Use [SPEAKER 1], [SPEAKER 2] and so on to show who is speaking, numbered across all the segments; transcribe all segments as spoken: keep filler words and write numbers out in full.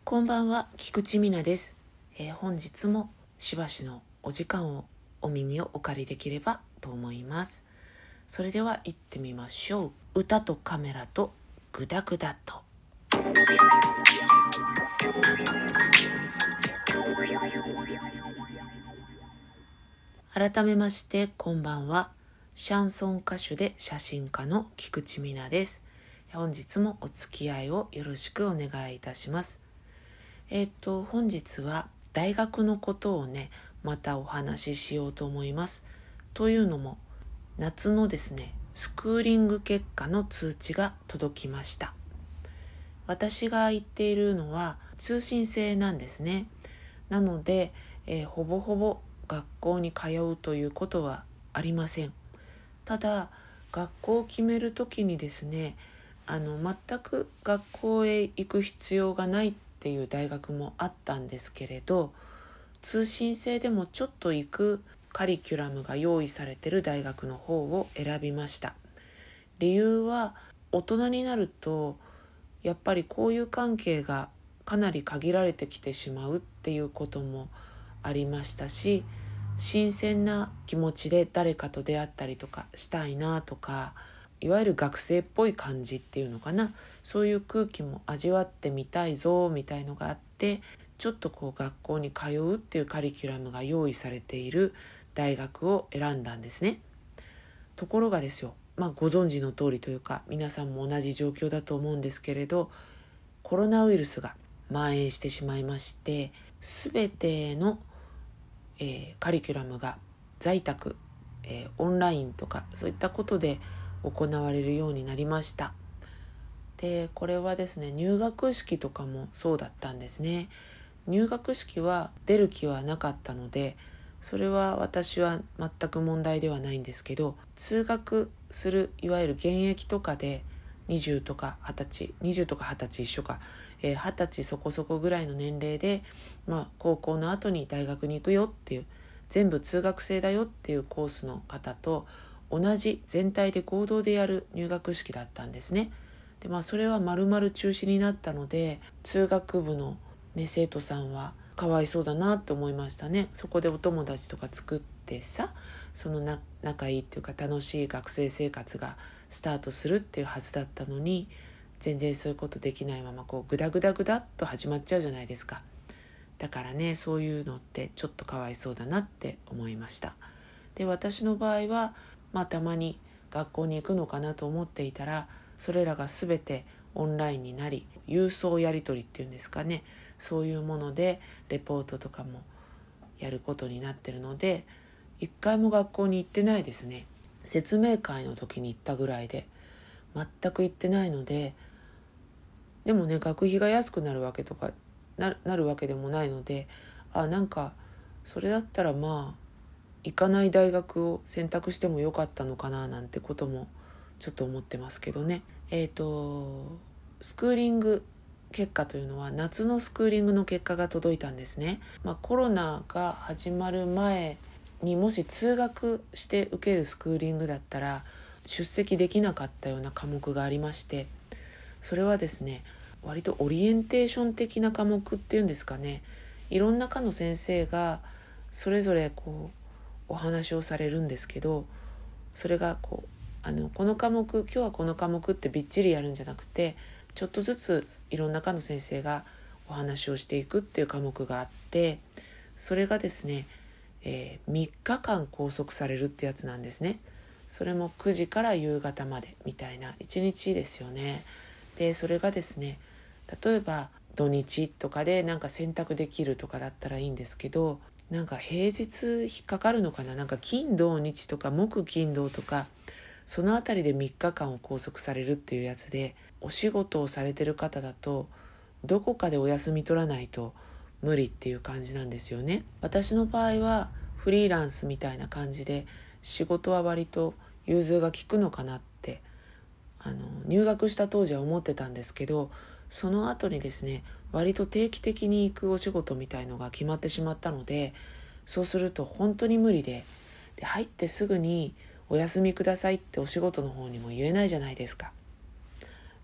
[SPEAKER 1] こんばんは、菊池美奈です、えー、本日もしばしのお時間をお耳をお借りできればと思います。それでは行ってみましょう。歌とカメラとグダグダと。改めましてこんばんは。シャンソン歌手で写真家の菊池美奈です。本日もお付き合いをよろしくお願いいたします。えっと本日は大学のことをねまたお話ししようと思います。というのも夏のですねスクーリング結果の通知が届きました。私が行っているのは通信制なんですね。なので、えー、ほぼほぼ学校に通うということはありません。ただ学校を決めるときにですねあの全く学校へ行く必要がないっていう大学もあったんですけれど、通信制でもちょっと行くカリキュラムが用意されている大学の方を選びました。理由は大人になるとやっぱり交友関係がかなり限られてきてしまうっていうこともありましたし、新鮮な気持ちで誰かと出会ったりとかしたいなとか、いわゆる学生っぽい感じっていうのかな、そういう空気も味わってみたいぞみたいのがあって、ちょっとこう学校に通うっていうカリキュラムが用意されている大学を選んだんですね。ところがですよ、まあご存知の通りというか皆さんも同じ状況だと思うんですけれど、コロナウイルスが蔓延してしまいまして、全ての、えー、カリキュラムが在宅、えー、オンラインとかそういったことで行われるようになりました。で、これはですね入学式とかもそうだったんですね。入学式は出る気はなかったので、それは私は全く問題ではないんですけど、通学するいわゆる現役とかでにじゅうとかはたち、にじゅうとかはたち一緒か、えー、はたちそこそこぐらいの年齢で、まあ、高校の後に大学に行くよっていう、全部通学制だよっていうコースの方と同じ全体で合同でやる入学式だったんですね。で、まあ、それは丸々中止になったので、通学部の、ね、生徒さんはかわいそうだなと思いましたね。そこでお友達とか作ってさ、そのな仲いいっていうか楽しい学生生活がスタートするっていうはずだったのに、全然そういうことできないままこうグダグダグダっと始まっちゃうじゃないですか。だからね、そういうのってちょっとかわいそうだなって思いました。で、私の場合はまあたまに学校に行くのかなと思っていたら、それらが全てオンラインになり、郵送やり取りっていうんですかね、そういうものでレポートとかもやることになってるので、一回も学校に行ってないですね。説明会の時に行ったぐらいで全く行ってないので、でもね学費が安くなるわけとか な, なるわけでもないので、あなんかそれだったらまあ行かない大学を選択してもよかったのかななんてこともちょっと思ってますけどね。えっとスクーリング結果というのは夏のスクーリングの結果が届いたんですね。まあ、コロナが始まる前にもし通学して受けるスクーリングだったら出席できなかったような科目がありまして、それはですね割とオリエンテーション的な科目っていうんですかね、いろんな科の先生がそれぞれこうお話をされるんですけど、それがこうあのこの科目今日はこの科目ってびっちりやるんじゃなくて、ちょっとずついろんな科の先生がお話をしていくっていう科目があって、それがですね、えー、みっかかん拘束されるってやつなんですね。それもくじから夕方までみたいないちにちですよね。でそれがですね、例えば土日とかでなんか選択できるとかだったらいいんですけど、なんか平日引っかかるのかな、なんか金土日とか木金土とかそのあたりでみっかかんを拘束されるっていうやつで、お仕事をされてる方だとどこかでお休み取らないと無理っていう感じなんですよね。私の場合はフリーランスみたいな感じで仕事は割と融通が利くのかなってあの入学した当時は思ってたんですけど、その後にですね割と定期的に行くお仕事みたいのが決まってしまったので、そうすると本当に無理で、で入ってすぐにお休みくださいってお仕事の方にも言えないじゃないですか。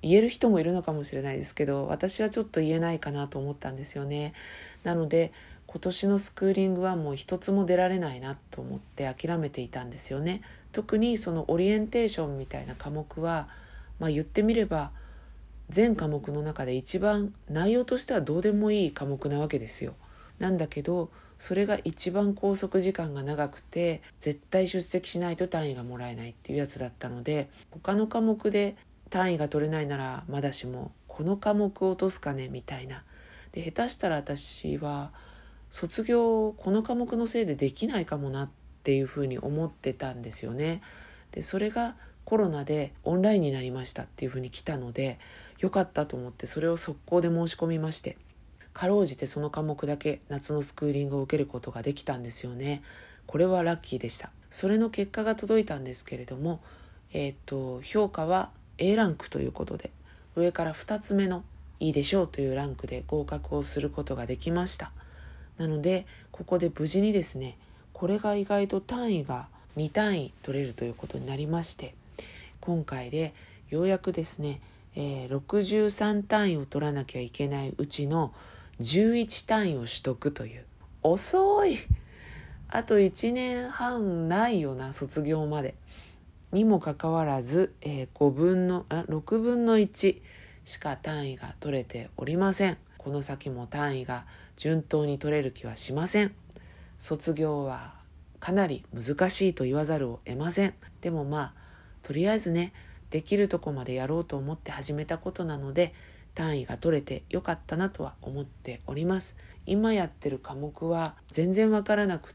[SPEAKER 1] 言える人もいるのかもしれないですけど、私はちょっと言えないかなと思ったんですよね。なので今年のスクーリングはもう一つも出られないなと思って諦めていたんですよね。特にそのオリエンテーションみたいな科目は、まあ、言ってみれば全科目の中で一番内容としてはどうでもいい科目なわけですよ。なんだけどそれが一番拘束時間が長くて絶対出席しないと単位がもらえないっていうやつだったので、他の科目で単位が取れないならまだしもこの科目を落とすかねみたいな。で下手したら私は卒業この科目のせいでできないかもなっていうふうに思ってたんですよね。でそれがコロナでオンラインになりましたっていうふうに来たので、よかったと思ってそれを速攻で申し込みまして、かろうじてその科目だけ夏のスクーリングを受けることができたんですよね。これはラッキーでした。それの結果が届いたんですけれども、えー、と評価は A ランクということで、上からふたつめのいいでしょうというランクで合格をすることができました。なのでここで無事にですね、これが意外と単位がに単位取れるということになりまして、今回でようやくですね、えー、ろくじゅうさん単位を取らなきゃいけないうちのじゅういち単位を取得という、遅い、あといちねんはんないよな卒業までにもかかわらず、えー、ごぶんのあろくぶんのいちしか単位が取れておりません。この先も単位が順当に取れる気はしません。卒業はかなり難しいと言わざるを得ません。でもまあとりあえずね、できるとこまでやろうと思って始めたことなので、単位が取れてよかったなとは思っております。今やってる科目は全然わからなくって、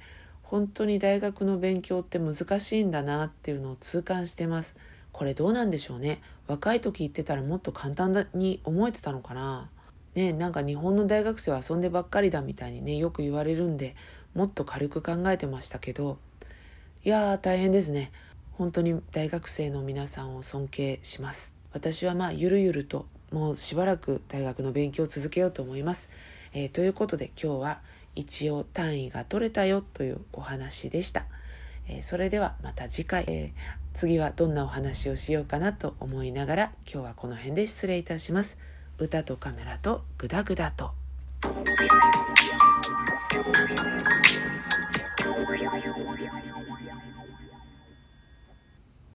[SPEAKER 1] 本当に大学の勉強って難しいんだなっていうのを痛感してます。これどうなんでしょうね。若い時言ってたらもっと簡単に思えてたのかな。ね、なんか日本の大学生は遊んでばっかりだみたいにね、よく言われるんで、もっと軽く考えてましたけど、いやー大変ですね。本当に大学生の皆さんを尊敬します。私はまあゆるゆるともうしばらく大学の勉強を続けようと思います。えー、ということで今日は一応単位が取れたよというお話でした。えー、それではまた次回、えー、次はどんなお話をしようかなと思いながら、今日はこの辺で失礼いたします。歌とカメラとグダグダと。